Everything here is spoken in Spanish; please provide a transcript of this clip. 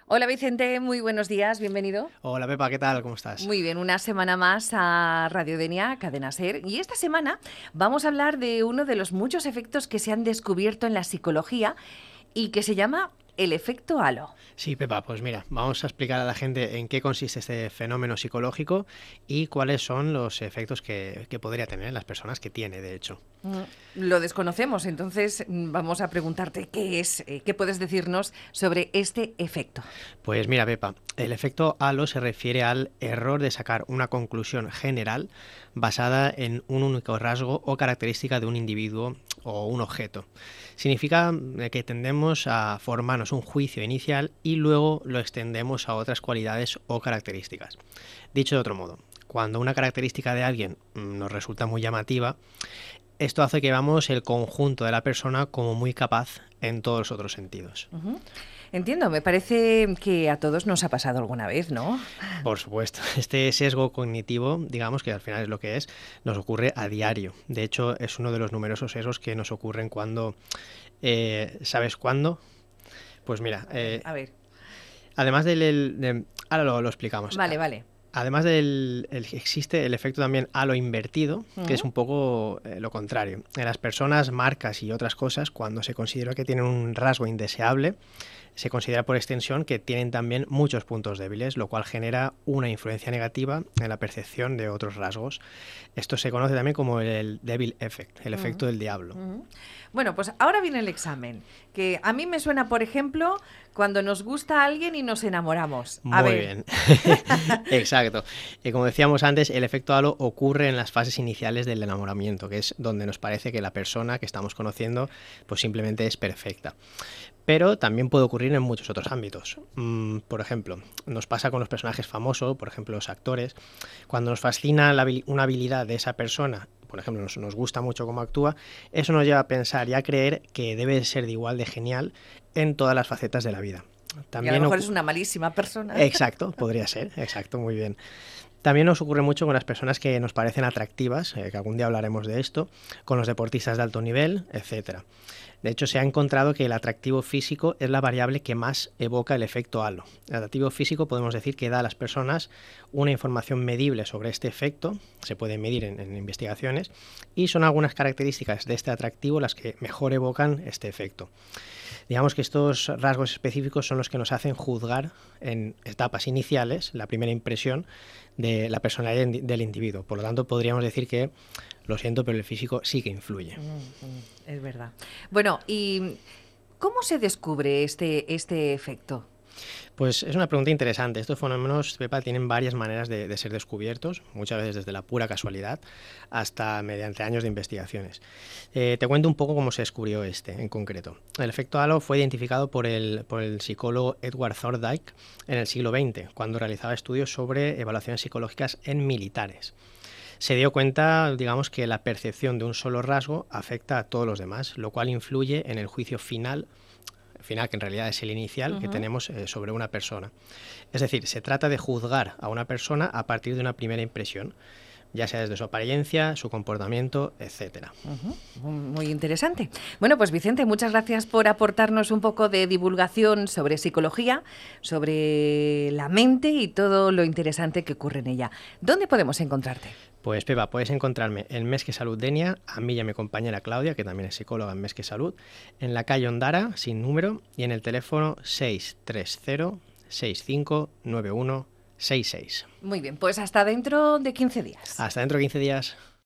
Hola Vicente, muy buenos días, bienvenido. Hola Pepa, ¿qué tal? ¿Cómo estás? Muy bien, una semana más a Radio Denia, Cadena Ser. Y esta semana vamos a hablar de uno de los muchos efectos que se han descubierto en la psicología y que se llama el efecto halo. Sí, Pepa, pues mira, vamos a explicar a la gente en qué consiste este fenómeno psicológico y cuáles son los efectos que podría tener en las personas que tiene, de hecho. Lo desconocemos, entonces vamos a preguntarte qué es, qué puedes decirnos sobre este efecto. Pues mira, Pepa, el efecto halo se refiere al error de sacar una conclusión general basada en un único rasgo o característica de un individuo o un objeto. Significa que tendemos a formarnos un juicio inicial y luego lo extendemos a otras cualidades o características. Dicho de otro modo, cuando una característica de alguien nos resulta muy llamativa, esto hace que veamos el conjunto de la persona como muy capaz en todos los otros sentidos. Entiendo, me parece que a todos nos ha pasado alguna vez, ¿no? Por supuesto, este sesgo cognitivo, digamos que al final es lo que es, nos ocurre a diario. De hecho, es uno de los numerosos sesgos que nos ocurren cuando... ¿sabes cuándo? Pues mira, A ver, además ahora lo explicamos. vale, vale. Además existe el efecto también halo invertido, que es un poco lo contrario. En las personas, marcas y otras cosas, cuando se considera que tienen un rasgo indeseable, se considera por extensión que tienen también muchos puntos débiles, lo cual genera una influencia negativa en la percepción de otros rasgos. Esto se conoce también como el devil effect, el efecto del diablo. Bueno, pues ahora viene el examen, que a mí me suena, por ejemplo, cuando nos gusta a alguien y nos enamoramos. A Muy ver. bien, exacto. Como decíamos antes, el efecto halo ocurre en las fases iniciales del enamoramiento, que es donde nos parece que la persona que estamos conociendo pues simplemente es perfecta. Pero también puede ocurrir en muchos otros ámbitos. Por ejemplo, nos pasa con los personajes famosos, por ejemplo los actores, cuando nos fascina una habilidad de esa persona, por ejemplo nos gusta mucho cómo actúa, eso nos lleva a pensar y a creer que debe ser de igual de genial en todas las facetas de la vida. Y a lo También mejor es una malísima persona. Exacto, podría ser, exacto, muy bien. También nos ocurre mucho con las personas que nos parecen atractivas, que algún día hablaremos de esto, con los deportistas de alto nivel, etcétera. De hecho, se ha encontrado que el atractivo físico es la variable que más evoca el efecto halo. El atractivo físico podemos decir que da a las personas una información medible sobre este efecto, se puede medir en investigaciones, y son algunas características de este atractivo las que mejor evocan este efecto. Digamos que estos rasgos específicos son los que nos hacen juzgar en etapas iniciales la primera impresión de la personalidad del individuo. Por lo tanto, podríamos decir que, lo siento, pero el físico sí que influye. Es verdad. Bueno, ¿y cómo se descubre este efecto? Pues es una pregunta interesante. Estos fenómenos, Pepa, tienen varias maneras de ser descubiertos, muchas veces desde la pura casualidad hasta mediante años de investigaciones. Te cuento un poco cómo se descubrió este en concreto. El efecto halo fue identificado por el psicólogo Edward Thorndike en el siglo XX, cuando realizaba estudios sobre evaluaciones psicológicas en militares. Se dio cuenta, digamos, que la percepción de un solo rasgo afecta a todos los demás, lo cual influye en el juicio final, que en realidad es el inicial, que tenemos sobre una persona. Es decir, se trata de juzgar a una persona a partir de una primera impresión, ya sea desde su apariencia, su comportamiento, etcétera. Muy interesante. Bueno, pues Vicente, muchas gracias por aportarnos un poco de divulgación sobre psicología, sobre la mente y todo lo interesante que ocurre en ella. ¿Dónde podemos encontrarte? Pues Pepa, puedes encontrarme en Més que Salud Denia, a mí y a mi compañera Claudia, que también es psicóloga en Més que Salud, en la calle Ondara, sin número, y en el teléfono 630 6591 66. Muy bien, pues hasta dentro de 15 días. Hasta dentro de 15 días.